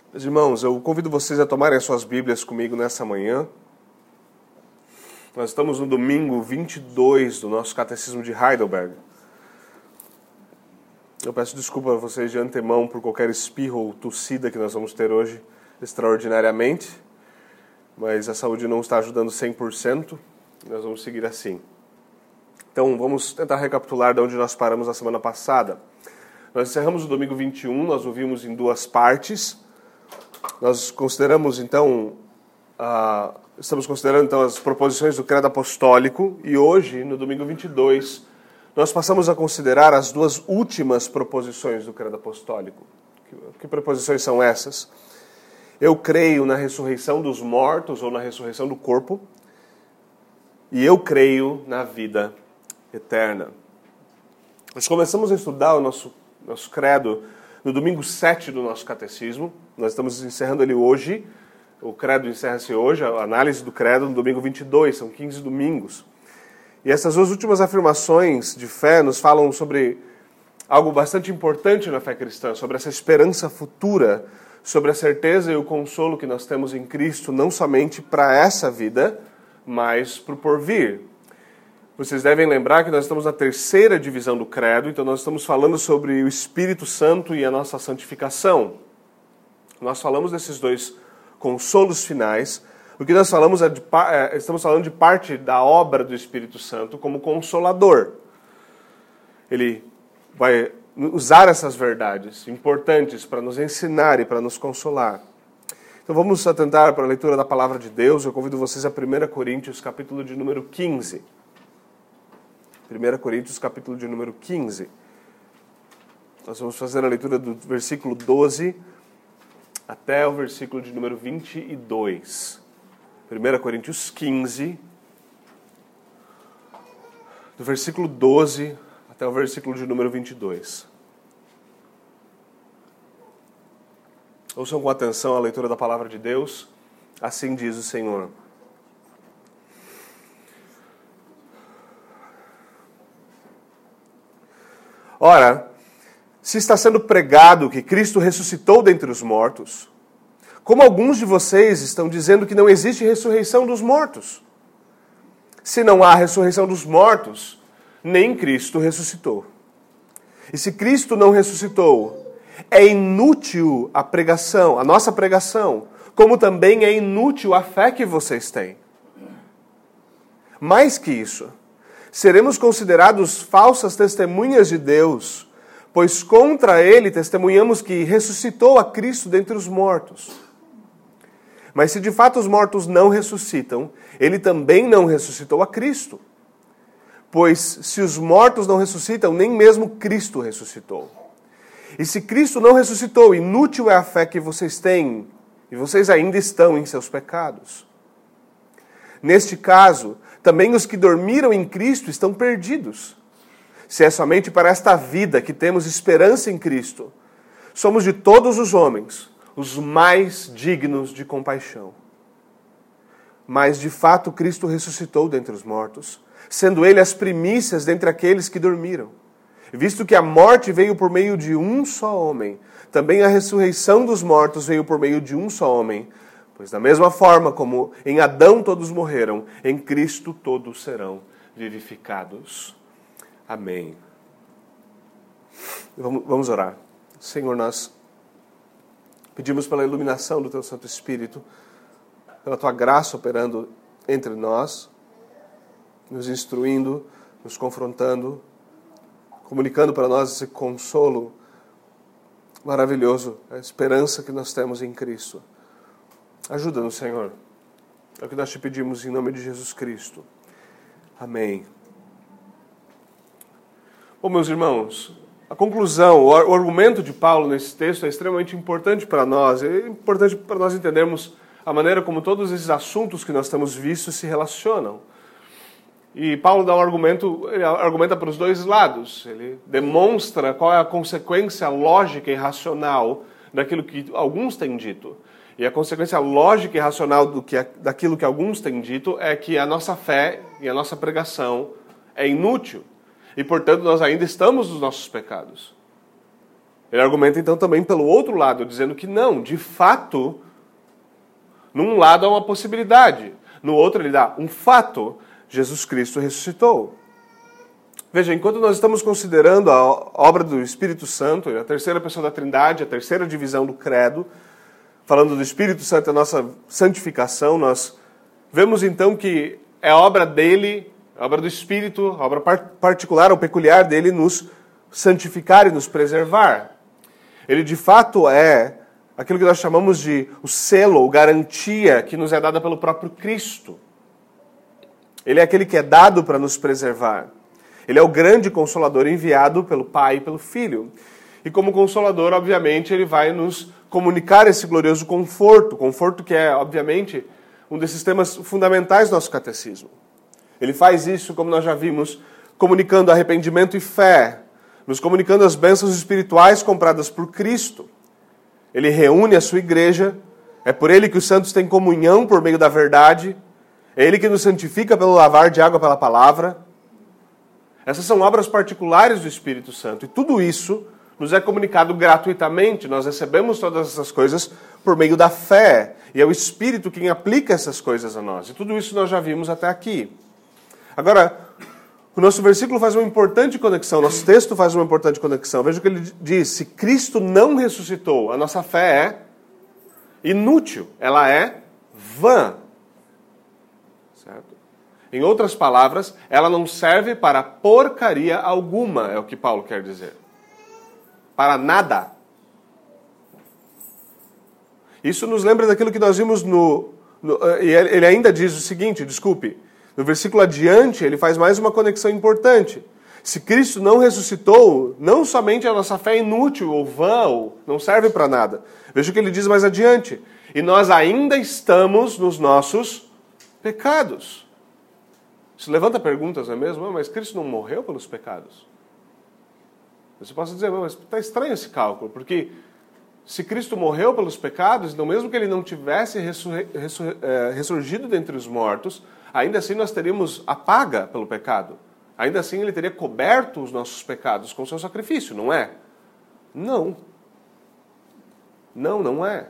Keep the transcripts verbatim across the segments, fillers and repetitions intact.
Meus irmãos, eu convido vocês a tomarem as suas Bíblias comigo nessa manhã. Nós estamos no domingo vinte e dois do nosso Catecismo de Heidelberg. Eu peço desculpa a vocês de antemão por qualquer espirro ou tossida que nós vamos ter hoje, extraordinariamente, mas a saúde não está ajudando cem por cento, nós vamos seguir assim. Então, vamos tentar recapitular de onde nós paramos na semana passada. Nós encerramos o domingo vinte e um, nós o vimos em duas partes. Nós consideramos, então, uh, estamos considerando, então, as proposições do credo apostólico, e hoje, no domingo vinte e dois, nós passamos a considerar as duas últimas proposições do credo apostólico. Que, que proposições são essas? Eu creio na ressurreição dos mortos, ou na ressurreição do corpo, e eu creio na vida eterna. Nós começamos a estudar o nosso, nosso credo no domingo sete do nosso catecismo. Nós estamos encerrando ele hoje. O credo encerra-se hoje, a análise do credo no domingo vinte e dois, são quinze domingos. E essas duas últimas afirmações de fé nos falam sobre algo bastante importante na fé cristã, sobre essa esperança futura, sobre a certeza e o consolo que nós temos em Cristo, não somente para essa vida, mas para o porvir. Vocês devem lembrar que nós estamos na terceira divisão do credo, então nós estamos falando sobre o Espírito Santo e a nossa santificação. Nós falamos desses dois consolos finais. O que nós falamos é de, é, estamos falando de parte da obra do Espírito Santo como consolador. Ele vai usar essas verdades importantes para nos ensinar e para nos consolar. Então vamos atentar para a leitura da palavra de Deus. Eu convido vocês a primeira Coríntios, capítulo de número quinze. primeira Coríntios, capítulo de número quinze. Nós vamos fazer a leitura do versículo doze até o versículo de número vinte e dois. primeira Coríntios quinze, do versículo doze até o versículo de número vinte e dois. Ouçam com atenção a leitura da palavra de Deus. Assim diz o Senhor. Ora, se está sendo pregado que Cristo ressuscitou dentre os mortos, como alguns de vocês estão dizendo que não existe ressurreição dos mortos? Se não há ressurreição dos mortos, nem Cristo ressuscitou. E se Cristo não ressuscitou, é inútil a pregação, a nossa pregação, como também é inútil a fé que vocês têm. Mais que isso, seremos considerados falsas testemunhas de Deus, pois contra ele testemunhamos que ressuscitou a Cristo dentre os mortos. Mas se de fato os mortos não ressuscitam, ele também não ressuscitou a Cristo. Pois se os mortos não ressuscitam, nem mesmo Cristo ressuscitou. E se Cristo não ressuscitou, inútil é a fé que vocês têm, e vocês ainda estão em seus pecados. Neste caso, também os que dormiram em Cristo estão perdidos. Se é somente para esta vida que temos esperança em Cristo, somos de todos os homens os mais dignos de compaixão. Mas de fato Cristo ressuscitou dentre os mortos, sendo ele as primícias dentre aqueles que dormiram. Visto que a morte veio por meio de um só homem, também a ressurreição dos mortos veio por meio de um só homem. Pois da mesma forma como em Adão todos morreram, em Cristo todos serão vivificados. Amém. Vamos, vamos orar. Senhor, nós pedimos pela iluminação do Teu Santo Espírito, pela Tua graça operando entre nós, nos instruindo, nos confrontando, comunicando para nós esse consolo maravilhoso, a esperança que nós temos em Cristo. Ajuda-nos, Senhor. É o que nós te pedimos em nome de Jesus Cristo. Amém. Bom, meus irmãos, a conclusão, o argumento de Paulo nesse texto é extremamente importante para nós. É importante para nós entendermos a maneira como todos esses assuntos que nós temos visto se relacionam. E Paulo dá um argumento, ele argumenta para os dois lados. Ele demonstra qual é a consequência lógica e racional daquilo que alguns têm dito. E a consequência lógica e racional do que, daquilo que alguns têm dito é que a nossa fé e a nossa pregação é inútil. E, portanto, nós ainda estamos nos nossos pecados. Ele argumenta então também pelo outro lado, dizendo que não, de fato, num lado há uma possibilidade, no outro ele dá um fato, Jesus Cristo ressuscitou. Veja, enquanto nós estamos considerando a obra do Espírito Santo, a terceira pessoa da Trindade, a terceira divisão do credo, falando do Espírito Santo, a nossa santificação, nós vemos então que é a obra dele, a obra do Espírito, a obra particular ou peculiar dele nos santificar e nos preservar. Ele de fato é aquilo que nós chamamos de o selo, ou garantia que nos é dada pelo próprio Cristo. Ele é aquele que é dado para nos preservar. Ele é o grande consolador enviado pelo Pai e pelo Filho. E como consolador, obviamente, ele vai nos comunicar esse glorioso conforto, conforto que é, obviamente, um desses temas fundamentais do nosso catecismo. Ele faz isso, como nós já vimos, comunicando arrependimento e fé, nos comunicando as bênçãos espirituais compradas por Cristo. Ele reúne a sua igreja, é por ele que os santos têm comunhão por meio da verdade, é ele que nos santifica pelo lavar de água pela palavra. Essas são obras particulares do Espírito Santo, e tudo isso nos é comunicado gratuitamente, nós recebemos todas essas coisas por meio da fé, e é o Espírito quem aplica essas coisas a nós, e tudo isso nós já vimos até aqui. Agora, o nosso versículo faz uma importante conexão, nosso texto faz uma importante conexão. Veja o que ele diz: se Cristo não ressuscitou, a nossa fé é inútil, ela é vã. Certo? Em outras palavras, ela não serve para porcaria alguma, é o que Paulo quer dizer. Para nada. Isso nos lembra daquilo que nós vimos no... no e ele ainda diz o seguinte, desculpe, no versículo adiante, ele faz mais uma conexão importante. Se Cristo não ressuscitou, não somente a nossa fé é inútil ou vã, ou não serve para nada. Veja o que ele diz mais adiante. E nós ainda estamos nos nossos pecados. Isso levanta perguntas, não é mesmo? Mas Cristo não morreu pelos pecados? Você pode dizer, mas está estranho esse cálculo, porque se Cristo morreu pelos pecados, então mesmo que ele não tivesse ressurre, ressurre, é, ressurgido dentre os mortos, ainda assim nós teríamos a paga pelo pecado. Ainda assim ele teria coberto os nossos pecados com o seu sacrifício, não é? Não. Não, não é.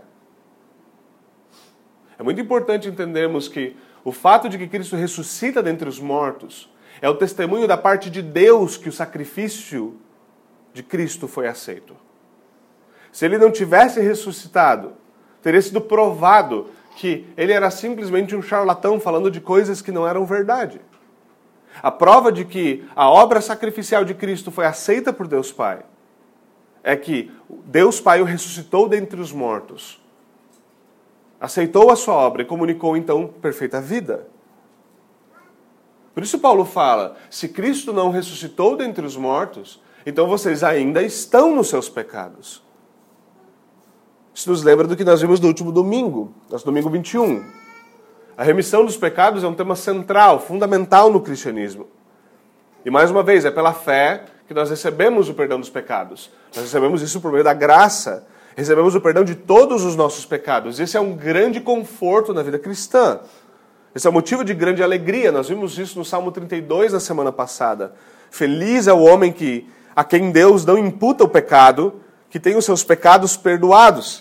É muito importante entendermos que o fato de que Cristo ressuscita dentre os mortos é o testemunho da parte de Deus que o sacrifício de Cristo foi aceito. Se ele não tivesse ressuscitado, teria sido provado que ele era simplesmente um charlatão falando de coisas que não eram verdade. A prova de que a obra sacrificial de Cristo foi aceita por Deus Pai é que Deus Pai o ressuscitou dentre os mortos, aceitou a sua obra e comunicou então perfeita vida. Por isso Paulo fala, se Cristo não ressuscitou dentre os mortos, então vocês ainda estão nos seus pecados. Isso nos lembra do que nós vimos no último domingo, nosso domingo vinte e um. A remissão dos pecados é um tema central, fundamental no cristianismo. E mais uma vez, é pela fé que nós recebemos o perdão dos pecados. Nós recebemos isso por meio da graça. Recebemos o perdão de todos os nossos pecados. Esse é um grande conforto na vida cristã. Esse é um motivo de grande alegria. Nós vimos isso no Salmo trinta e dois na semana passada. Feliz é o homem que, a quem Deus não imputa o pecado, que tem os seus pecados perdoados.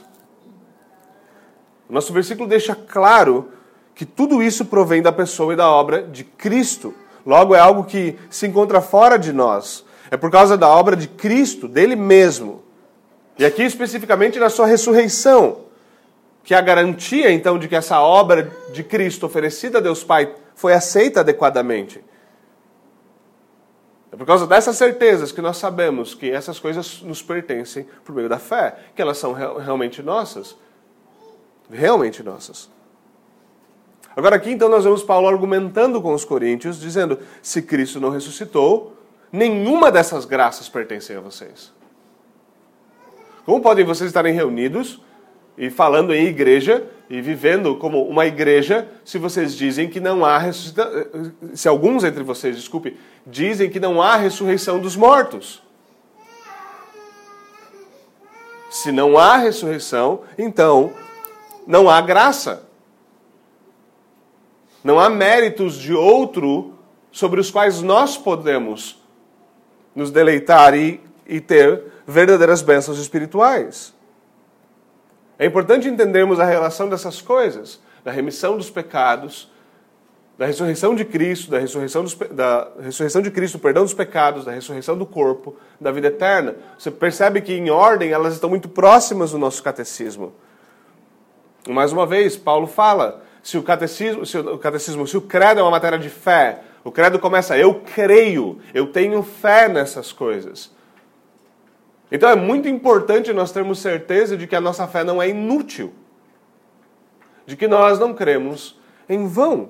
O nosso versículo deixa claro que tudo isso provém da pessoa e da obra de Cristo. Logo, é algo que se encontra fora de nós. É por causa da obra de Cristo, dele mesmo. E aqui especificamente na sua ressurreição, que é a garantia então de que essa obra de Cristo oferecida a Deus Pai foi aceita adequadamente. É por causa dessas certezas que nós sabemos que essas coisas nos pertencem por meio da fé, que elas são realmente nossas. Realmente nossas. Agora aqui então nós vemos Paulo argumentando com os coríntios, dizendo, se Cristo não ressuscitou, nenhuma dessas graças pertencem a vocês. Como podem vocês estarem reunidos e falando em igreja e vivendo como uma igreja se vocês dizem que não há ressuscitação, se alguns entre vocês, desculpe, dizem que não há ressurreição dos mortos? Se não há ressurreição, então não há graça. Não há méritos de outro sobre os quais nós podemos nos deleitar e, e ter verdadeiras bênçãos espirituais. É importante entendermos a relação dessas coisas, da remissão dos pecados, da ressurreição de Cristo, da ressurreição, dos, da ressurreição de Cristo, perdão dos pecados, da ressurreição do corpo, da vida eterna. Você percebe que, em ordem, elas estão muito próximas do nosso catecismo. Mais uma vez, Paulo fala, se o catecismo, se o, catecismo, se o credo é uma matéria de fé, o credo começa, eu creio, eu tenho fé nessas coisas. Então é muito importante nós termos certeza de que a nossa fé não é inútil, de que nós não cremos em vão.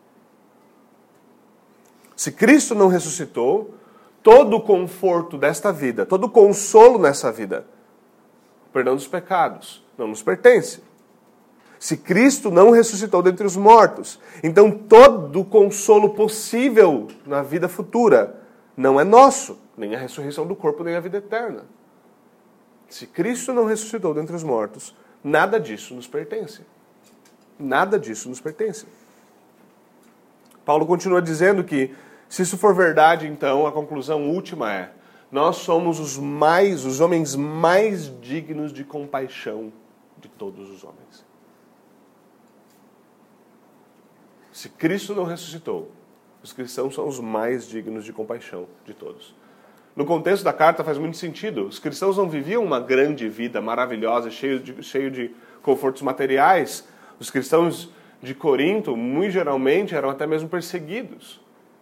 Se Cristo não ressuscitou, todo o conforto desta vida, todo o consolo nessa vida, o perdão dos pecados, não nos pertence. Se Cristo não ressuscitou dentre os mortos, então todo o consolo possível na vida futura não é nosso, nem a ressurreição do corpo, nem a vida eterna. Se Cristo não ressuscitou dentre os mortos, nada disso nos pertence. Nada disso nos pertence. Paulo continua dizendo que, se isso for verdade, então, a conclusão última é: nós somos os mais, os homens mais dignos de compaixão de todos os homens. Se Cristo não ressuscitou, os cristãos são os mais dignos de compaixão de todos. No contexto da carta faz muito sentido. Os cristãos não viviam uma grande vida maravilhosa, cheio de, cheio de confortos materiais. Os cristãos de Corinto, muito geralmente, eram até mesmo perseguidos.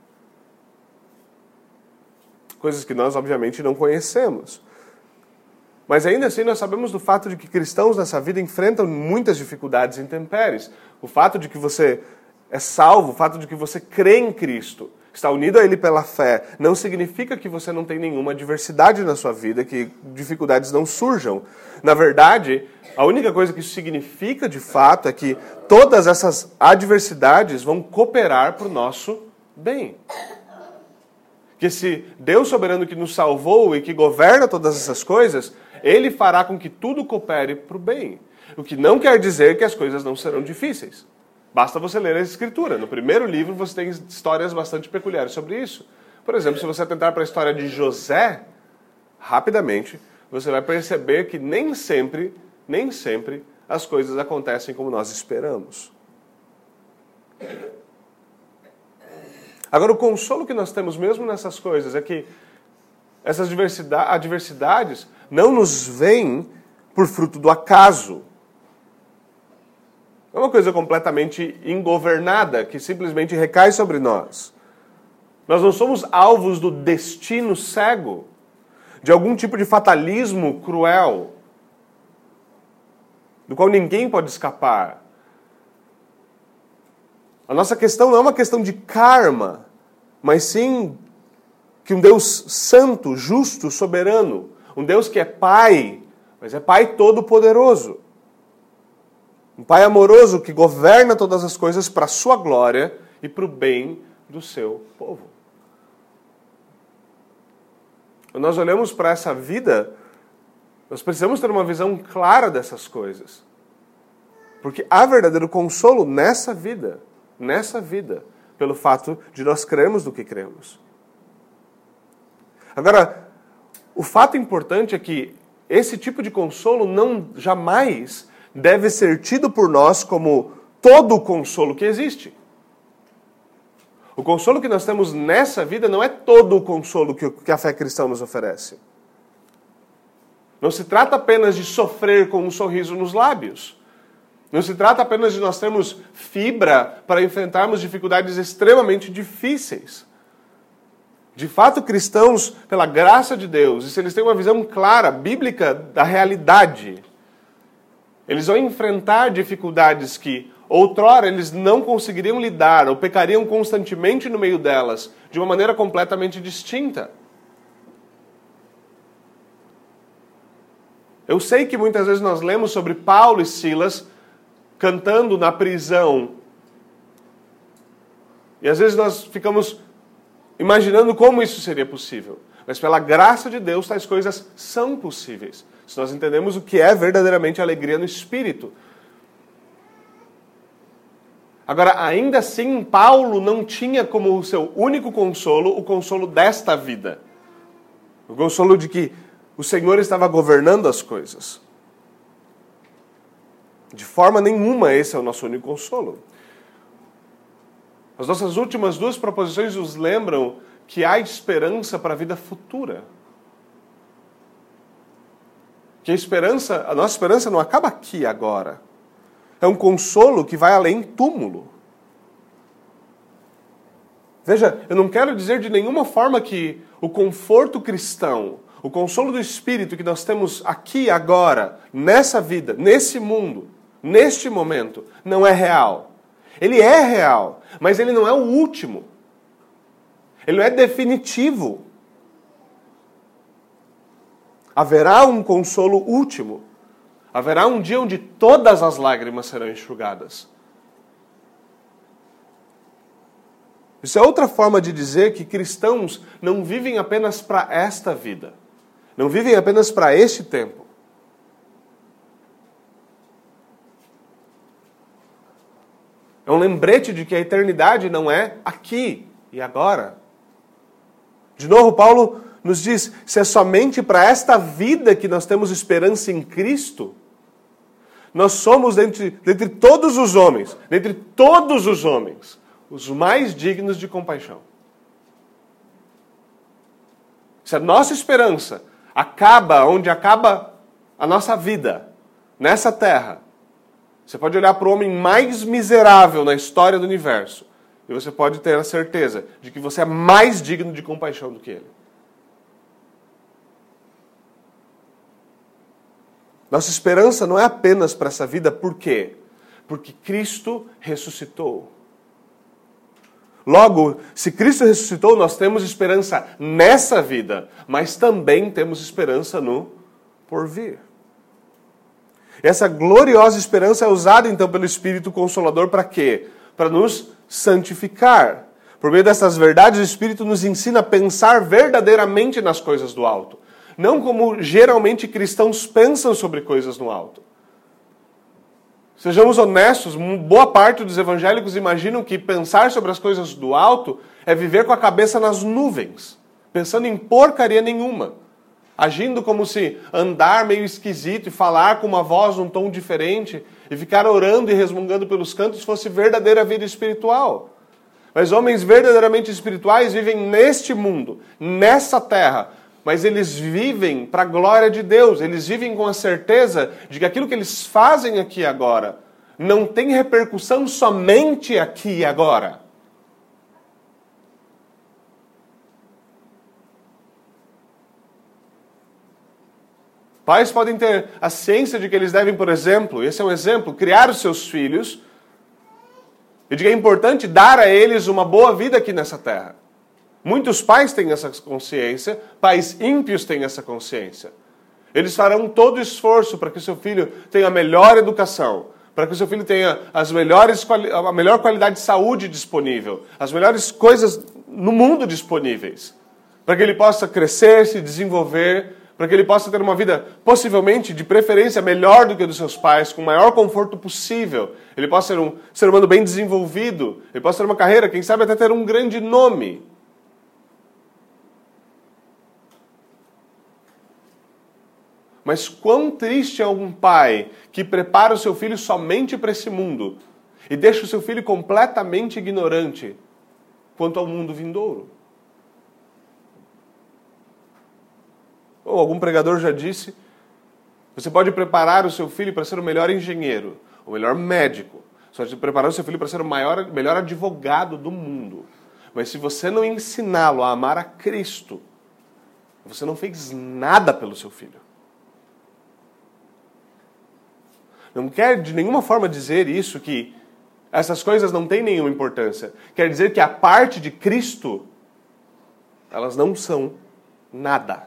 Coisas que nós, obviamente, não conhecemos. Mas ainda assim nós sabemos do fato de que cristãos nessa vida enfrentam muitas dificuldades e intempéries. O fato de que você é salvo, o fato de que você crê em Cristo, está unido a Ele pela fé, não significa que você não tem nenhuma adversidade na sua vida, que dificuldades não surjam. Na verdade, a única coisa que isso significa de fato é que todas essas adversidades vão cooperar para o nosso bem. Que se Deus soberano que nos salvou e que governa todas essas coisas, Ele fará com que tudo coopere para o bem. O que não quer dizer que as coisas não serão difíceis. Basta você ler a Escritura. No primeiro livro você tem histórias bastante peculiares sobre isso. Por exemplo, se você atentar para a história de José, rapidamente, você vai perceber que nem sempre, nem sempre, as coisas acontecem como nós esperamos. Agora, o consolo que nós temos mesmo nessas coisas é que essas adversidades não nos vêm por fruto do acaso. É uma coisa completamente ingovernada, que simplesmente recai sobre nós. Nós não somos alvos do destino cego, de algum tipo de fatalismo cruel, do qual ninguém pode escapar. A nossa questão não é uma questão de karma, mas sim que um Deus santo, justo, soberano, um Deus que é Pai, mas é Pai todo-poderoso. Um Pai amoroso que governa todas as coisas para a sua glória e para o bem do seu povo. Quando nós olhamos para essa vida, nós precisamos ter uma visão clara dessas coisas. Porque há verdadeiro consolo nessa vida, nessa vida, pelo fato de nós crermos no que cremos. Agora, o fato importante é que esse tipo de consolo não jamais deve ser tido por nós como todo o consolo que existe. O consolo que nós temos nessa vida não é todo o consolo que a fé cristã nos oferece. Não se trata apenas de sofrer com um sorriso nos lábios. Não se trata apenas de nós termos fibra para enfrentarmos dificuldades extremamente difíceis. De fato, cristãos, pela graça de Deus, e se eles têm uma visão clara, bíblica, da realidade, eles vão enfrentar dificuldades que, outrora, eles não conseguiriam lidar ou pecariam constantemente no meio delas, de uma maneira completamente distinta. Eu sei que muitas vezes nós lemos sobre Paulo e Silas cantando na prisão. E às vezes nós ficamos imaginando como isso seria possível. Mas pela graça de Deus, tais coisas são possíveis. Se nós entendemos o que é verdadeiramente alegria no Espírito. Agora, ainda assim, Paulo não tinha como o seu único consolo o consolo desta vida. O consolo de que o Senhor estava governando as coisas. De forma nenhuma esse é o nosso único consolo. As nossas últimas duas proposições nos lembram que há esperança para a vida futura. Que a esperança, a nossa esperança não acaba aqui agora. É um consolo que vai além túmulo. Veja, eu não quero dizer de nenhuma forma que o conforto cristão, o consolo do Espírito que nós temos aqui agora, nessa vida, nesse mundo, neste momento, não é real. Ele é real, mas ele não é o último. Ele não é definitivo. Haverá um consolo último. Haverá um dia onde todas as lágrimas serão enxugadas. Isso é outra forma de dizer que cristãos não vivem apenas para esta vida. Não vivem apenas para este tempo. É um lembrete de que a eternidade não é aqui e agora. De novo, Paulo nos diz, se é somente para esta vida que nós temos esperança em Cristo, nós somos, dentre, dentre todos os homens, dentre todos os homens, os mais dignos de compaixão. Se a nossa esperança acaba onde acaba a nossa vida, nessa terra, você pode olhar para o homem mais miserável na história do universo e você pode ter a certeza de que você é mais digno de compaixão do que ele. Nossa esperança não é apenas para essa vida, por quê? Porque Cristo ressuscitou. Logo, se Cristo ressuscitou, nós temos esperança nessa vida, mas também temos esperança no porvir. Essa gloriosa esperança é usada então pelo Espírito Consolador para quê? Para nos santificar. Por meio dessas verdades, o Espírito nos ensina a pensar verdadeiramente nas coisas do alto. Não como geralmente cristãos pensam sobre coisas no alto. Sejamos honestos, boa parte dos evangélicos imaginam que pensar sobre as coisas do alto é viver com a cabeça nas nuvens, pensando em porcaria nenhuma, agindo como se andar meio esquisito e falar com uma voz num tom diferente e ficar orando e resmungando pelos cantos fosse verdadeira vida espiritual. Mas homens verdadeiramente espirituais vivem neste mundo, nessa terra, mas eles vivem para a glória de Deus. Eles vivem com a certeza de que aquilo que eles fazem aqui e agora não tem repercussão somente aqui e agora. Pais podem ter a ciência de que eles devem, por exemplo, esse é um exemplo, criar os seus filhos e de que é importante dar a eles uma boa vida aqui nessa terra. Muitos pais têm essa consciência, pais ímpios têm essa consciência. Eles farão todo o esforço para que o seu filho tenha a melhor educação, para que o seu filho tenha as melhores, a melhor qualidade de saúde disponível, as melhores coisas no mundo disponíveis, para que ele possa crescer, se desenvolver, para que ele possa ter uma vida, possivelmente, de preferência, melhor do que a dos seus pais, com o maior conforto possível. Ele possa ser um ser humano bem desenvolvido, ele possa ter uma carreira, quem sabe até ter um grande nome. Mas quão triste é um pai que prepara o seu filho somente para esse mundo e deixa o seu filho completamente ignorante quanto ao mundo vindouro. Ou algum pregador já disse, você pode preparar o seu filho para ser o melhor engenheiro, o melhor médico, você pode preparar o seu filho para ser o maior, melhor advogado do mundo. Mas se você não ensiná-lo a amar a Cristo, você não fez nada pelo seu filho. Não quer de nenhuma forma dizer isso, que essas coisas não têm nenhuma importância. Quer dizer que a parte de Cristo, elas não são nada.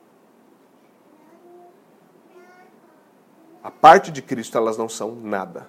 A parte de Cristo, elas não são nada.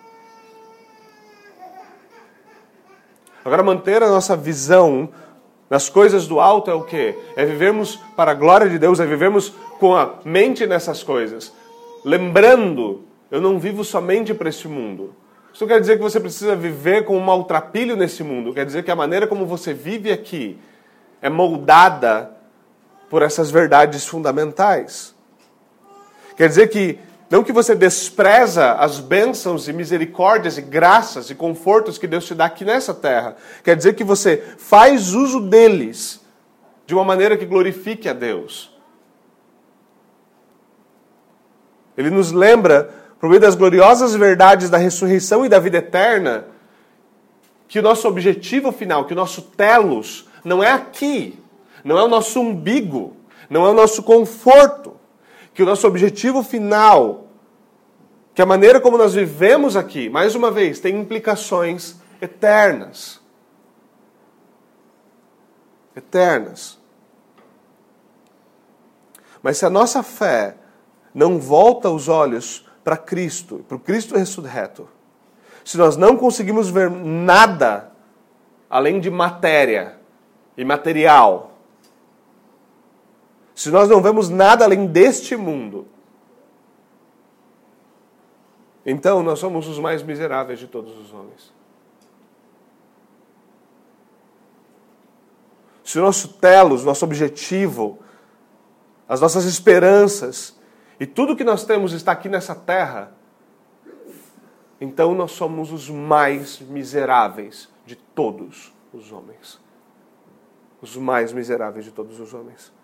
Agora, manter a nossa visão nas coisas do alto é o quê? É vivermos para a glória de Deus, é vivermos com a mente nessas coisas. Lembrando, eu não vivo somente para este mundo. Isso não quer dizer que você precisa viver com um maltrapilho nesse mundo. Quer dizer que a maneira como você vive aqui é moldada por essas verdades fundamentais. Quer dizer que não que você despreza as bênçãos e misericórdias e graças e confortos que Deus te dá aqui nessa terra. Quer dizer que você faz uso deles de uma maneira que glorifique a Deus. Ele nos lembra, por meio das gloriosas verdades da ressurreição e da vida eterna, que o nosso objetivo final, que o nosso telos, não é aqui, não é o nosso umbigo, não é o nosso conforto. Que o nosso objetivo final, que a maneira como nós vivemos aqui, mais uma vez, tem implicações eternas. Eternas. Mas se a nossa fé não volta os olhos para Cristo, para o Cristo ressurreto, se nós não conseguimos ver nada além de matéria e material, se nós não vemos nada além deste mundo, então nós somos os mais miseráveis de todos os homens. Se o nosso telos, nosso objetivo, as nossas esperanças e tudo que nós temos está aqui nessa terra, então nós somos os mais miseráveis de todos os homens. Os mais miseráveis de todos os homens.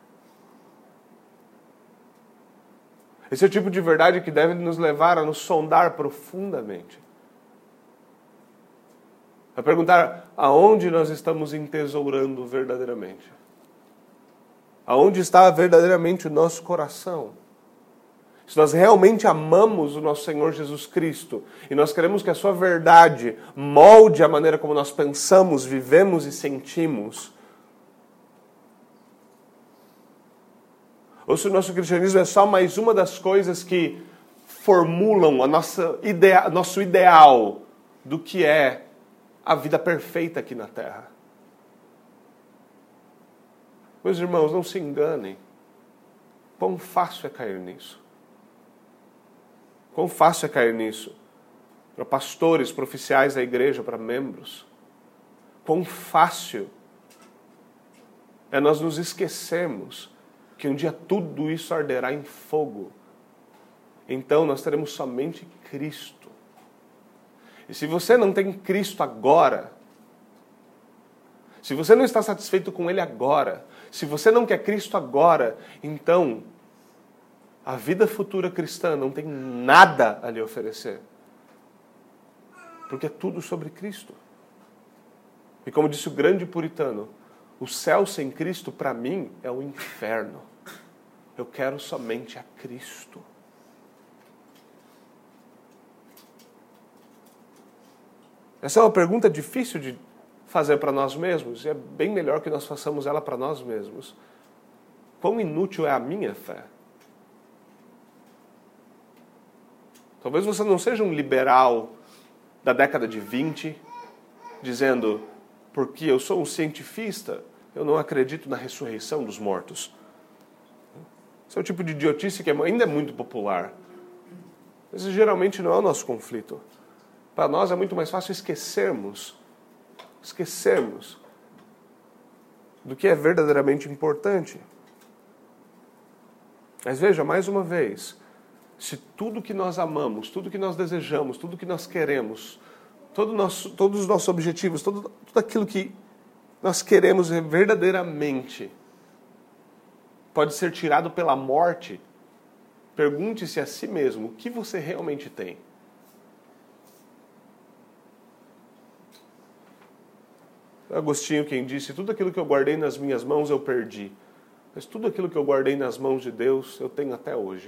Esse é o tipo de verdade que deve nos levar a nos sondar profundamente. A perguntar aonde nós estamos entesourando verdadeiramente. Aonde está verdadeiramente o nosso coração. Se nós realmente amamos o nosso Senhor Jesus Cristo e nós queremos que a sua verdade molde a maneira como nós pensamos, vivemos e sentimos, ou se o nosso cristianismo é só mais uma das coisas que formulam a nossa idea, nosso ideal do que é a vida perfeita aqui na Terra. Meus irmãos, não se enganem. Quão fácil é cair nisso. Quão fácil é cair nisso. Para pastores, para oficiais da igreja, para membros. Quão fácil é nós nos esquecermos que um dia tudo isso arderá em fogo. Então nós teremos somente Cristo. E se você não tem Cristo agora, se você não está satisfeito com Ele agora, se você não quer Cristo agora, então a vida futura cristã não tem nada a lhe oferecer. Porque é tudo sobre Cristo. E como disse o grande puritano, o céu sem Cristo para mim é o inferno. Eu quero somente a Cristo. Essa é uma pergunta difícil de fazer para nós mesmos, e é bem melhor que nós façamos ela para nós mesmos. Quão inútil é a minha fé? Talvez você não seja um liberal da década de vinte, dizendo, porque eu sou um cientista, eu não acredito na ressurreição dos mortos. Esse é o tipo de idiotice que ainda é muito popular. Esse geralmente não é o nosso conflito. Para nós é muito mais fácil esquecermos, esquecermos do que é verdadeiramente importante. Mas veja, mais uma vez, se tudo que nós amamos, tudo que nós desejamos, tudo que nós queremos, todo nosso, todos os nossos objetivos, todo, tudo aquilo que nós queremos verdadeiramente pode ser tirado pela morte, pergunte-se a si mesmo, o que você realmente tem? Agostinho quem disse, tudo aquilo que eu guardei nas minhas mãos eu perdi, mas tudo aquilo que eu guardei nas mãos de Deus eu tenho até hoje.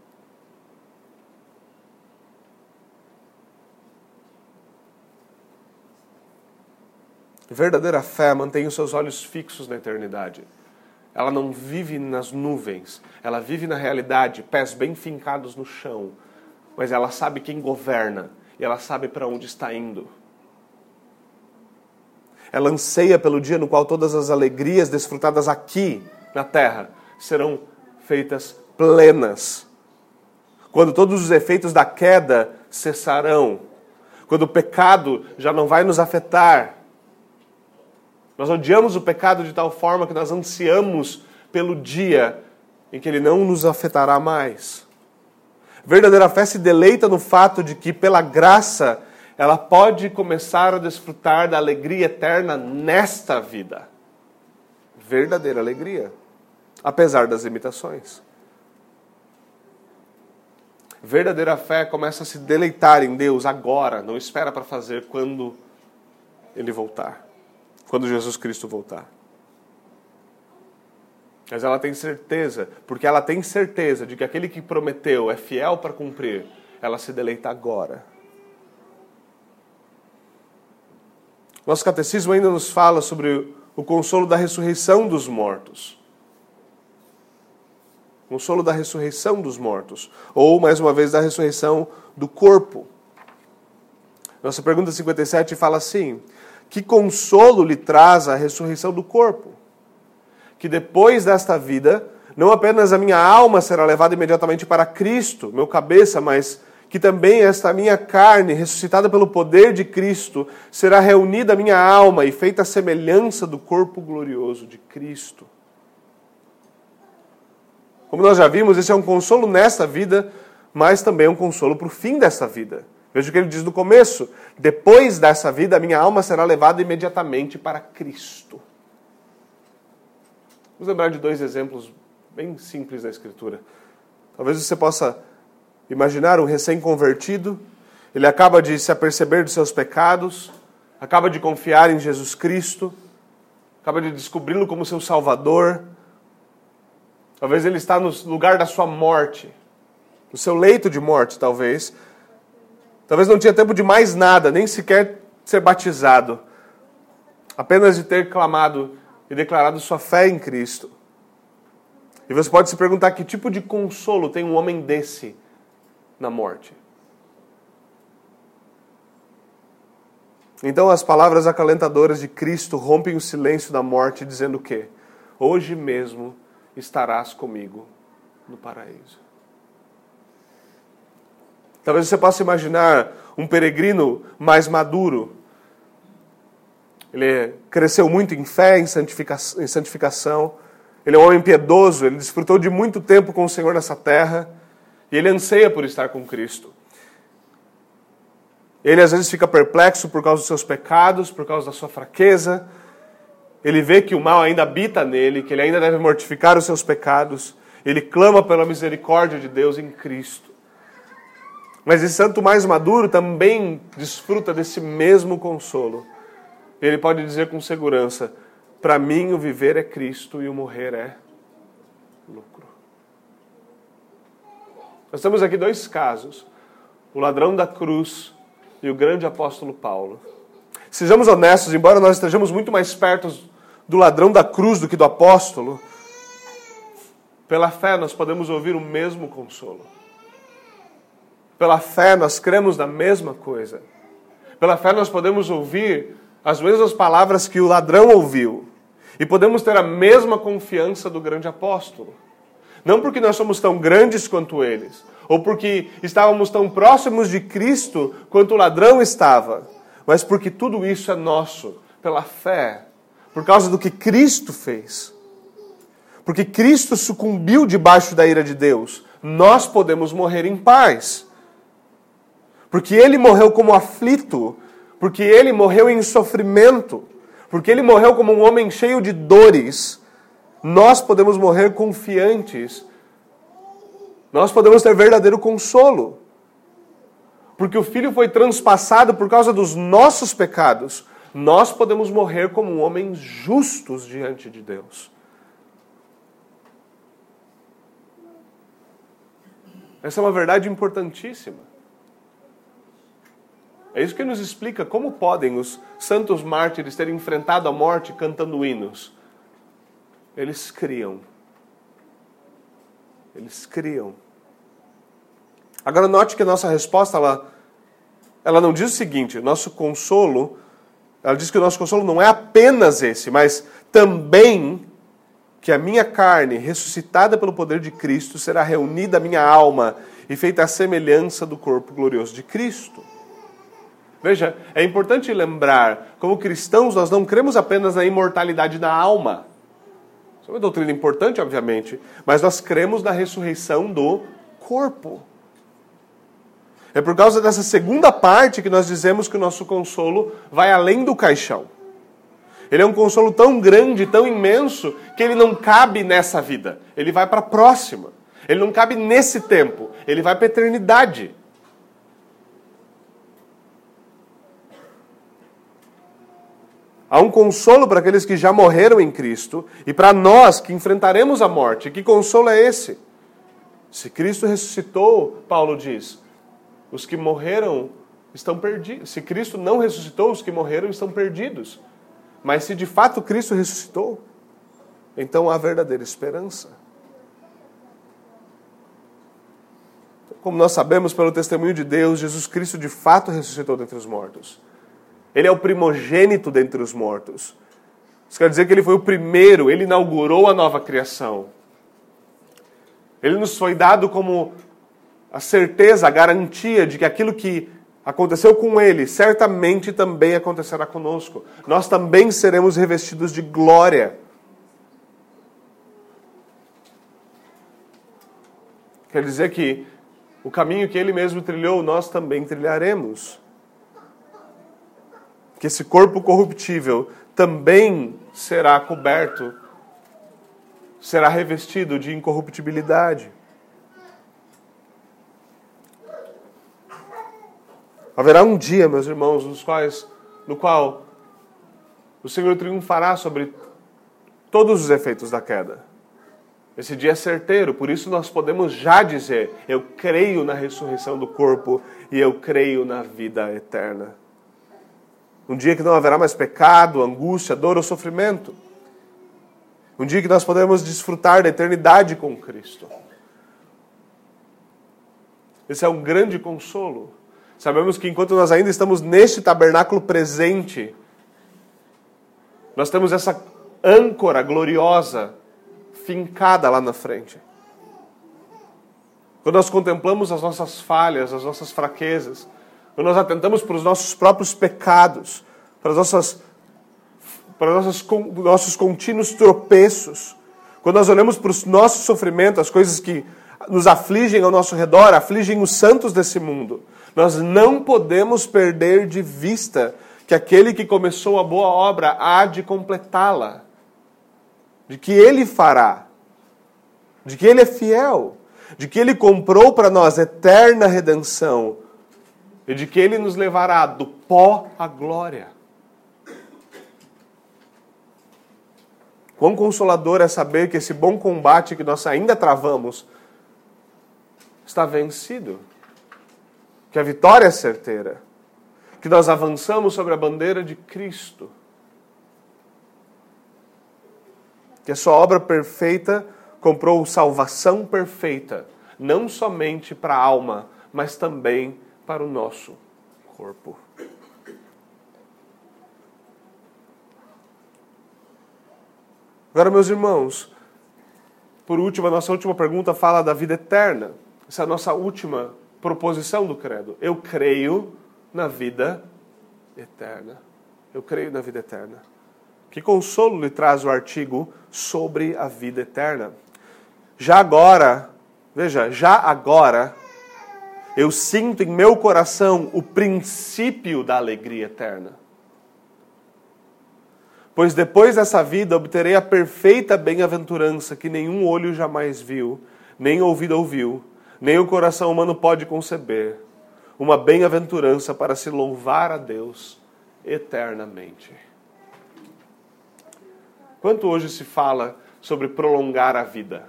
Verdadeira fé mantém os seus olhos fixos na eternidade. Ela não vive nas nuvens, ela vive na realidade, pés bem fincados no chão. Mas ela sabe quem governa e ela sabe para onde está indo. Ela anseia pelo dia no qual todas as alegrias desfrutadas aqui na terra serão feitas plenas. Quando todos os efeitos da queda cessarão. Quando o pecado já não vai nos afetar. Nós odiamos o pecado de tal forma que nós ansiamos pelo dia em que Ele não nos afetará mais. Verdadeira fé se deleita no fato de que, pela graça, ela pode começar a desfrutar da alegria eterna nesta vida. Verdadeira alegria, apesar das limitações. Verdadeira fé começa a se deleitar em Deus agora, não espera para fazer quando Ele voltar, quando Jesus Cristo voltar. Mas ela tem certeza, porque ela tem certeza de que aquele que prometeu é fiel para cumprir, ela se deleita agora. Nosso catecismo ainda nos fala sobre o consolo da ressurreição dos mortos. Consolo da ressurreição dos mortos. Ou, mais uma vez, da ressurreição do corpo. Nossa pergunta cinquenta e sete fala assim: que consolo lhe traz a ressurreição do corpo? Que depois desta vida, não apenas a minha alma será levada imediatamente para Cristo, meu cabeça, mas que também esta minha carne, ressuscitada pelo poder de Cristo, será reunida à minha alma e feita a semelhança do corpo glorioso de Cristo. Como nós já vimos, esse é um consolo nesta vida, mas também é um consolo para o fim dessa vida. Veja o que ele diz no começo: depois dessa vida, a minha alma será levada imediatamente para Cristo. Vamos lembrar de dois exemplos bem simples da Escritura. Talvez você possa imaginar um recém-convertido, ele acaba de se aperceber dos seus pecados, acaba de confiar em Jesus Cristo, acaba de descobri-lo como seu Salvador. Talvez ele está no lugar da sua morte, no seu leito de morte, talvez. Talvez não tinha tempo de mais nada, nem sequer ser batizado. Apenas de ter clamado e declarado sua fé em Cristo. E você pode se perguntar que tipo de consolo tem um homem desse na morte. Então as palavras acalentadoras de Cristo rompem o silêncio da morte, dizendo o quê? Hoje mesmo estarás comigo no paraíso. Talvez você possa imaginar um peregrino mais maduro. Ele cresceu muito em fé, em santificação, em santificação. Ele é um homem piedoso, ele desfrutou de muito tempo com o Senhor nessa terra. E ele anseia por estar com Cristo. Ele às vezes fica perplexo por causa dos seus pecados, por causa da sua fraqueza. Ele vê que o mal ainda habita nele, que ele ainda deve mortificar os seus pecados. Ele clama pela misericórdia de Deus em Cristo. Mas esse santo mais maduro também desfruta desse mesmo consolo. Ele pode dizer com segurança: para mim o viver é Cristo e o morrer é lucro. Nós temos aqui dois casos: o ladrão da cruz e o grande apóstolo Paulo. Sejamos honestos, embora nós estejamos muito mais perto do ladrão da cruz do que do apóstolo, pela fé nós podemos ouvir o mesmo consolo. Pela fé nós cremos na mesma coisa. Pela fé nós podemos ouvir as mesmas palavras que o ladrão ouviu. E podemos ter a mesma confiança do grande apóstolo. Não porque nós somos tão grandes quanto eles, ou porque estávamos tão próximos de Cristo quanto o ladrão estava, mas porque tudo isso é nosso, pela fé, por causa do que Cristo fez. Porque Cristo sucumbiu debaixo da ira de Deus, nós podemos morrer em paz. Porque Ele morreu como aflito, porque Ele morreu em sofrimento, porque Ele morreu como um homem cheio de dores, nós podemos morrer confiantes. Nós podemos ter verdadeiro consolo. Porque o Filho foi transpassado por causa dos nossos pecados. Nós podemos morrer como homens justos diante de Deus. Essa é uma verdade importantíssima. É isso que nos explica como podem os santos mártires terem enfrentado a morte cantando hinos. Eles criam. Eles criam. Agora note que a nossa resposta, ela, ela não diz o seguinte: nosso consolo, ela diz que o nosso consolo não é apenas esse, mas também que a minha carne, ressuscitada pelo poder de Cristo, será reunida à minha alma e feita à semelhança do corpo glorioso de Cristo. Veja, é importante lembrar, como cristãos, nós não cremos apenas na imortalidade da alma. Isso é uma doutrina importante, obviamente, mas nós cremos na ressurreição do corpo. É por causa dessa segunda parte que nós dizemos que o nosso consolo vai além do caixão. Ele é um consolo tão grande, tão imenso, que ele não cabe nessa vida. Ele vai para a próxima. Ele não cabe nesse tempo. Ele vai para a eternidade. Há um consolo para aqueles que já morreram em Cristo e para nós que enfrentaremos a morte. Que consolo é esse? Se Cristo ressuscitou, Paulo diz, os que morreram estão perdidos. Se Cristo não ressuscitou, os que morreram estão perdidos. Mas se de fato Cristo ressuscitou, então há verdadeira esperança. Como nós sabemos pelo testemunho de Deus, Jesus Cristo de fato ressuscitou dentre os mortos. Ele é o primogênito dentre os mortos. Isso quer dizer que ele foi o primeiro, ele inaugurou a nova criação. Ele nos foi dado como a certeza, a garantia de que aquilo que aconteceu com ele, certamente também acontecerá conosco. Nós também seremos revestidos de glória. Quer dizer que o caminho que ele mesmo trilhou, nós também trilharemos. Que esse corpo corruptível também será coberto, será revestido de incorruptibilidade. Haverá um dia, meus irmãos, nos quais, no qual o Senhor triunfará sobre todos os efeitos da queda. Esse dia é certeiro, por isso nós podemos já dizer, eu creio na ressurreição do corpo e eu creio na vida eterna. Um dia que não haverá mais pecado, angústia, dor ou sofrimento. Um dia que nós podemos desfrutar da eternidade com Cristo. Esse é um grande consolo. Sabemos que enquanto nós ainda estamos neste tabernáculo presente, nós temos essa âncora gloriosa fincada lá na frente. Quando nós contemplamos as nossas falhas, as nossas fraquezas, quando nós atentamos para os nossos próprios pecados, para, as nossas, para os nossos, nossos contínuos tropeços, quando nós olhamos para os nossos sofrimentos, as coisas que nos afligem ao nosso redor, afligem os santos desse mundo, nós não podemos perder de vista que aquele que começou a boa obra há de completá-la, de que Ele fará, de que Ele é fiel, de que Ele comprou para nós eterna redenção e de que Ele nos levará do pó à glória. Quão consolador é saber que esse bom combate que nós ainda travamos está vencido. Que a vitória é certeira. Que nós avançamos sobre a bandeira de Cristo. Que a sua obra perfeita comprou salvação perfeita. Não somente para a alma, mas também para o nosso corpo. Agora, meus irmãos, por último, a nossa última pergunta fala da vida eterna. Essa é a nossa última proposição do credo. Eu creio na vida eterna. Eu creio na vida eterna. Que consolo lhe traz o artigo sobre a vida eterna? Já agora, veja, já agora, eu sinto em meu coração o princípio da alegria eterna. Pois depois dessa vida obterei a perfeita bem-aventurança que nenhum olho jamais viu, nem ouvido ouviu, nem o coração humano pode conceber. Uma bem-aventurança para se louvar a Deus eternamente. Quanto hoje se fala sobre prolongar a vida?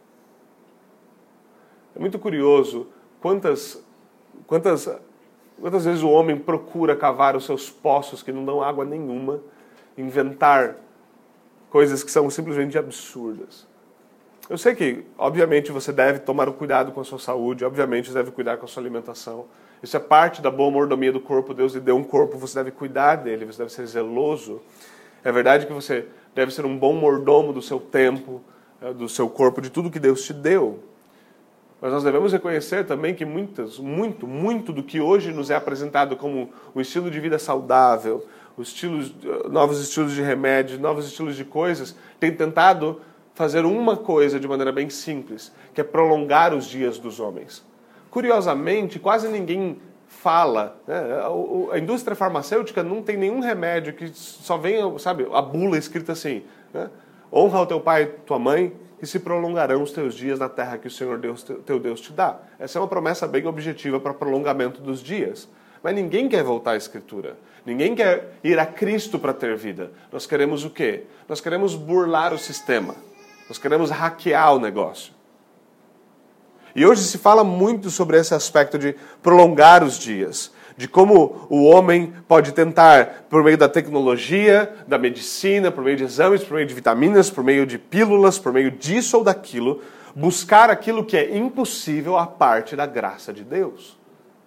É muito curioso quantas, quantas, quantas vezes o homem procura cavar os seus poços que não dão água nenhuma, inventar coisas que são simplesmente absurdas. Eu sei que, obviamente, você deve tomar o cuidado com a sua saúde, obviamente, você deve cuidar com a sua alimentação. Isso é parte da boa mordomia do corpo. Deus lhe deu um corpo, você deve cuidar dele, você deve ser zeloso. É verdade que você deve ser um bom mordomo do seu tempo, do seu corpo, de tudo que Deus te deu. Mas nós devemos reconhecer também que muitas, muito, muito do que hoje nos é apresentado como o estilo de vida saudável, os estilos, novos estilos de remédio, novos estilos de coisas, tem tentado fazer uma coisa de maneira bem simples, que é prolongar os dias dos homens. Curiosamente, quase ninguém fala, né? A indústria farmacêutica não tem nenhum remédio que só venha, sabe, a bula escrita assim, né? Honra o teu pai e tua mãe e se prolongarão os teus dias na terra que o Senhor Deus, teu Deus te dá. Essa é uma promessa bem objetiva para prolongamento dos dias. Mas ninguém quer voltar à Escritura. Ninguém quer ir a Cristo para ter vida. Nós queremos o quê? Nós queremos burlar o sistema. Nós queremos hackear o negócio. E hoje se fala muito sobre esse aspecto de prolongar os dias, de como o homem pode tentar, por meio da tecnologia, da medicina, por meio de exames, por meio de vitaminas, por meio de pílulas, por meio disso ou daquilo, buscar aquilo que é impossível à parte da graça de Deus.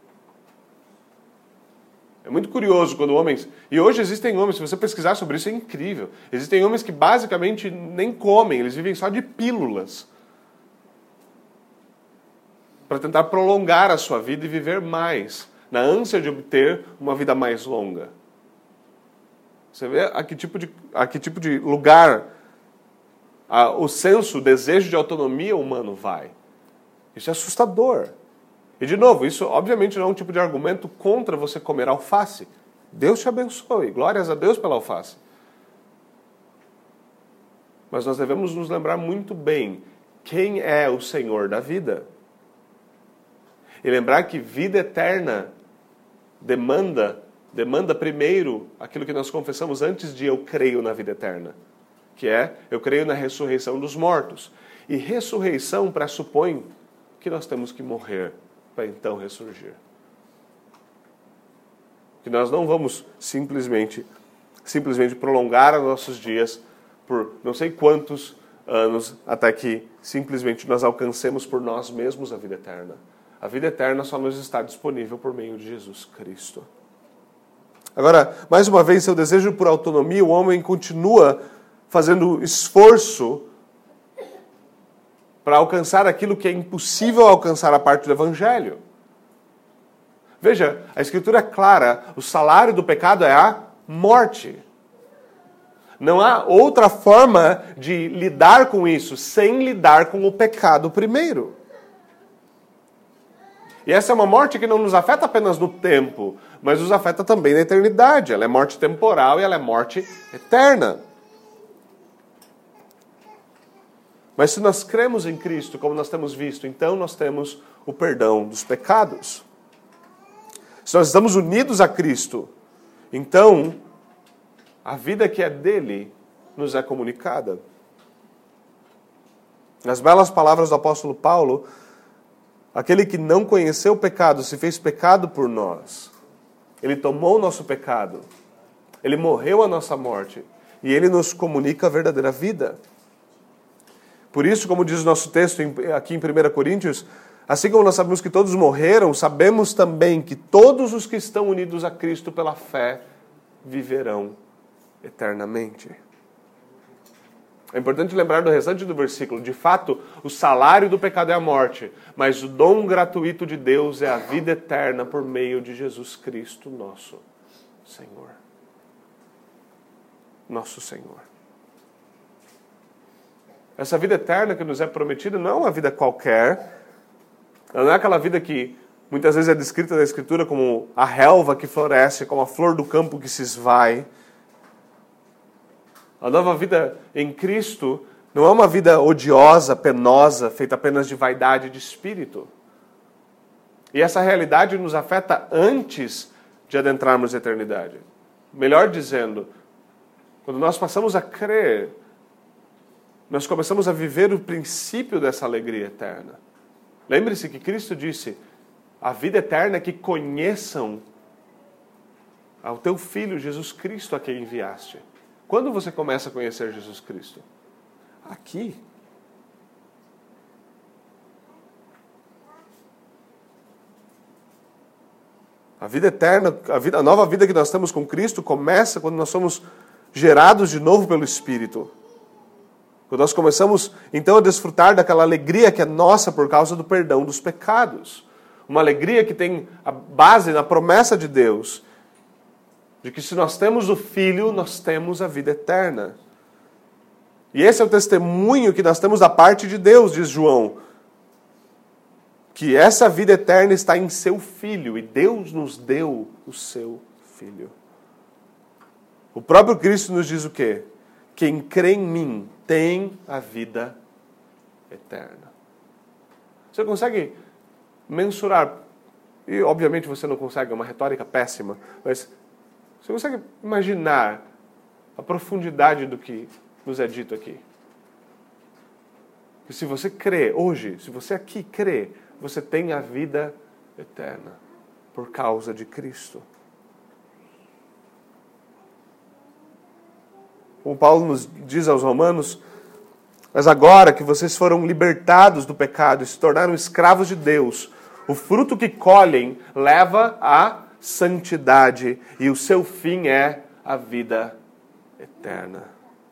É muito curioso quando homens... E hoje existem homens, se você pesquisar sobre isso, é incrível. Existem homens que basicamente nem comem, eles vivem só de pílulas, para tentar prolongar a sua vida e viver mais, na ânsia de obter uma vida mais longa. Você vê a que tipo de, a que tipo de lugar a, o senso, o desejo de autonomia humano vai. Isso é assustador. E, de novo, isso obviamente não é um tipo de argumento contra você comer alface. Deus te abençoe, glórias a Deus pela alface. Mas nós devemos nos lembrar muito bem quem é o Senhor da vida. E lembrar que vida eterna demanda, demanda primeiro aquilo que nós confessamos antes de eu creio na vida eterna, que é, eu creio na ressurreição dos mortos. E ressurreição pressupõe que nós temos que morrer para então ressurgir. Que nós não vamos simplesmente, simplesmente prolongar os nossos dias por não sei quantos anos, até que simplesmente nós alcancemos por nós mesmos a vida eterna. A vida eterna só nos está disponível por meio de Jesus Cristo. Agora, mais uma vez, seu desejo por autonomia, o homem continua fazendo esforço para alcançar aquilo que é impossível alcançar a parte do Evangelho. Veja, a Escritura é clara, o salário do pecado é a morte. Não há outra forma de lidar com isso sem lidar com o pecado primeiro. E essa é uma morte que não nos afeta apenas no tempo, mas nos afeta também na eternidade. Ela é morte temporal e ela é morte eterna. Mas se nós cremos em Cristo, como nós temos visto, então nós temos o perdão dos pecados. Se nós estamos unidos a Cristo, então a vida que é dele nos é comunicada. Nas belas palavras do apóstolo Paulo, aquele que não conheceu o pecado se fez pecado por nós. Ele tomou o nosso pecado. Ele morreu a nossa morte. E ele nos comunica a verdadeira vida. Por isso, como diz o nosso texto aqui em primeira Coríntios, assim como nós sabemos que todos morreram, sabemos também que todos os que estão unidos a Cristo pela fé viverão eternamente. É importante lembrar do restante do versículo. De fato, o salário do pecado é a morte, mas o dom gratuito de Deus é a vida eterna por meio de Jesus Cristo, nosso Senhor. Nosso Senhor. Essa vida eterna que nos é prometida não é uma vida qualquer. Ela não é aquela vida que muitas vezes é descrita na Escritura como a relva que floresce, como a flor do campo que se esvai. A nova vida em Cristo não é uma vida odiosa, penosa, feita apenas de vaidade de espírito. E essa realidade nos afeta antes de adentrarmos a eternidade. Melhor dizendo, quando nós passamos a crer, nós começamos a viver o princípio dessa alegria eterna. Lembre-se que Cristo disse, a vida eterna é que conheçam ao teu Filho Jesus Cristo a quem enviaste. Quando você começa a conhecer Jesus Cristo? Aqui. A vida eterna, a, vida, a nova vida que nós temos com Cristo começa quando nós somos gerados de novo pelo Espírito. Quando nós começamos, então, a desfrutar daquela alegria que é nossa por causa do perdão dos pecados. Uma alegria que tem a base na promessa de Deus, de que se nós temos o Filho, nós temos a vida eterna. E esse é o testemunho que nós temos da parte de Deus, diz João. Que essa vida eterna está em seu Filho, e Deus nos deu o seu Filho. O próprio Cristo nos diz o quê? Quem crê em mim tem a vida eterna. Você consegue mensurar, e obviamente você não consegue, é uma retórica péssima, mas você consegue imaginar a profundidade do que nos é dito aqui? Que se você crê hoje, se você aqui crê, você tem a vida eterna por causa de Cristo. Como Paulo nos diz aos Romanos, mas agora que vocês foram libertados do pecado e se tornaram escravos de Deus, o fruto que colhem leva à santidade e o seu fim é a vida eterna.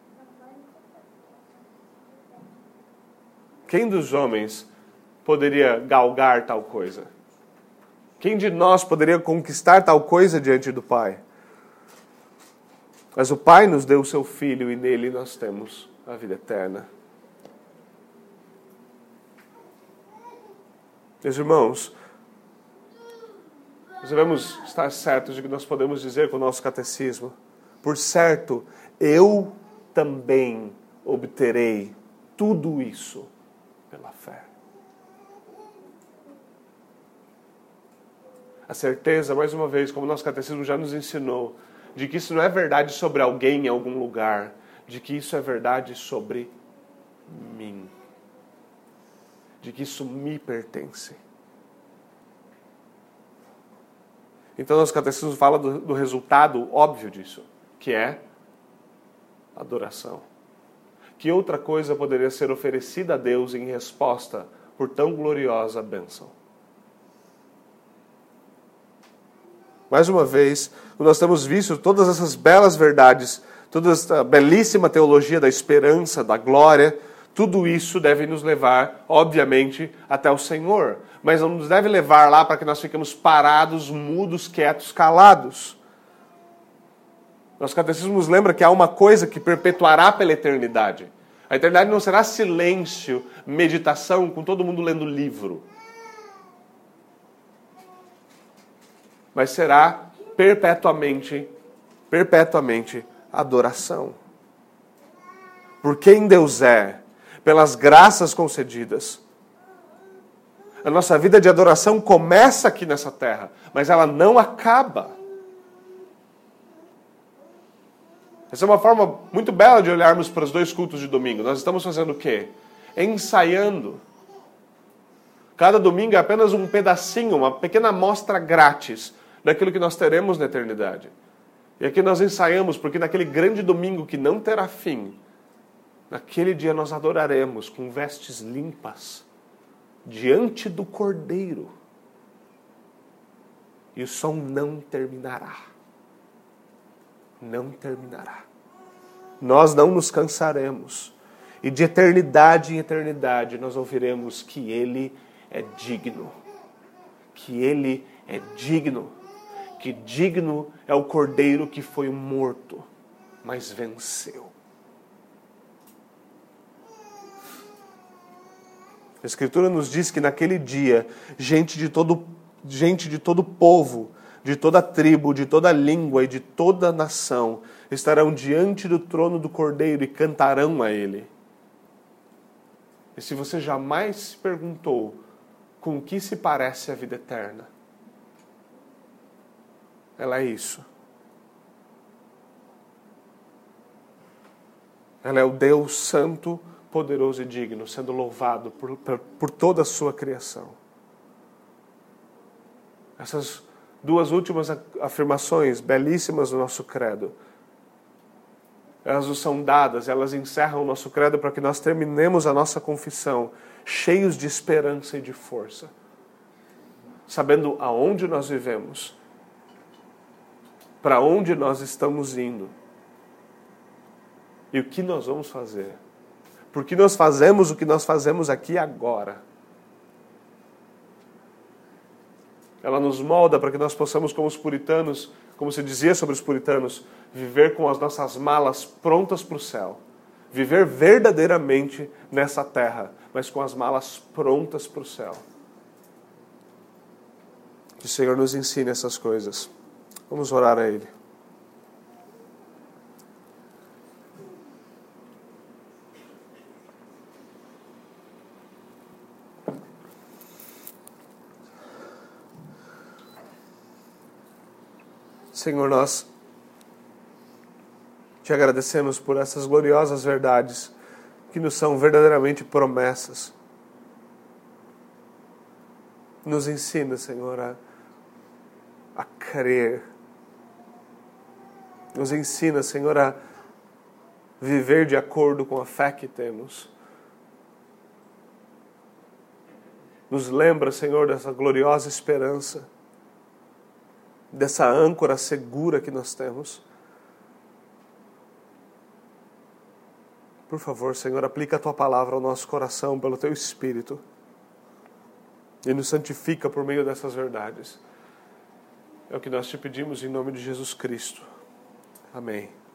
Quem dos homens poderia galgar tal coisa? Quem de nós poderia conquistar tal coisa diante do Pai? Mas o Pai nos deu o seu Filho e nele nós temos a vida eterna. Meus irmãos, nós devemos estar certos de que nós podemos dizer com o nosso catecismo: por certo, eu também obterei tudo isso pela fé. A certeza, mais uma vez, como o nosso catecismo já nos ensinou, de que isso não é verdade sobre alguém em algum lugar, de que isso é verdade sobre mim. De que isso me pertence. Então, nosso catecismo fala do, do resultado óbvio disso, que é adoração. Que outra coisa poderia ser oferecida a Deus em resposta por tão gloriosa bênção? Mais uma vez, nós temos visto todas essas belas verdades, toda essa belíssima teologia da esperança, da glória, tudo isso deve nos levar, obviamente, até o Senhor. Mas não nos deve levar lá para que nós fiquemos parados, mudos, quietos, calados. Nosso catecismo nos lembra que há uma coisa que perpetuará pela eternidade. A eternidade não será silêncio, meditação, com todo mundo lendo livro. Mas será perpetuamente, perpetuamente adoração. Por quem Deus é, pelas graças concedidas. A nossa vida de adoração começa aqui nessa terra, mas ela não acaba. Essa é uma forma muito bela de olharmos para os dois cultos de domingo. Nós estamos fazendo o quê? Ensaiando. Cada domingo é apenas um pedacinho, uma pequena amostra grátis daquilo que nós teremos na eternidade. E aqui nós ensaiamos, porque naquele grande domingo que não terá fim, naquele dia nós adoraremos com vestes limpas, diante do Cordeiro. E o som não terminará. Não terminará. Nós não nos cansaremos. E de eternidade em eternidade nós ouviremos que Ele é digno. Que Ele é digno. Que digno é o Cordeiro que foi morto, mas venceu. A Escritura nos diz que naquele dia, gente de todo, gente de todo povo, de toda tribo, de toda língua e de toda nação estarão diante do trono do Cordeiro e cantarão a Ele. E se você jamais se perguntou com o que se parece a vida eterna, ela é isso. Ela é o Deus Santo, poderoso e digno, sendo louvado por, por, por toda a sua criação. Essas duas últimas afirmações belíssimas do nosso credo, elas nos são dadas, elas encerram o nosso credo para que nós terminemos a nossa confissão cheios de esperança e de força, sabendo aonde nós vivemos, para onde nós estamos indo e o que nós vamos fazer. Porque nós fazemos o que nós fazemos aqui agora. Ela nos molda para que nós possamos, como os puritanos, como se dizia sobre os puritanos, viver com as nossas malas prontas para o céu. viver verdadeiramente nessa terra, mas com as malas prontas para o céu. Que o Senhor nos ensine essas coisas. Vamos orar a Ele. Senhor, nós te agradecemos por essas gloriosas verdades que nos são verdadeiramente promessas. Nos ensina, Senhor, a, a crer. Nos ensina, Senhor, a viver de acordo com a fé que temos. Nos lembra, Senhor, dessa gloriosa esperança, dessa âncora segura que nós temos. Por favor, Senhor, aplica a Tua palavra ao nosso coração pelo Teu Espírito e nos santifica por meio dessas verdades. É o que nós te pedimos em nome de Jesus Cristo. Amém.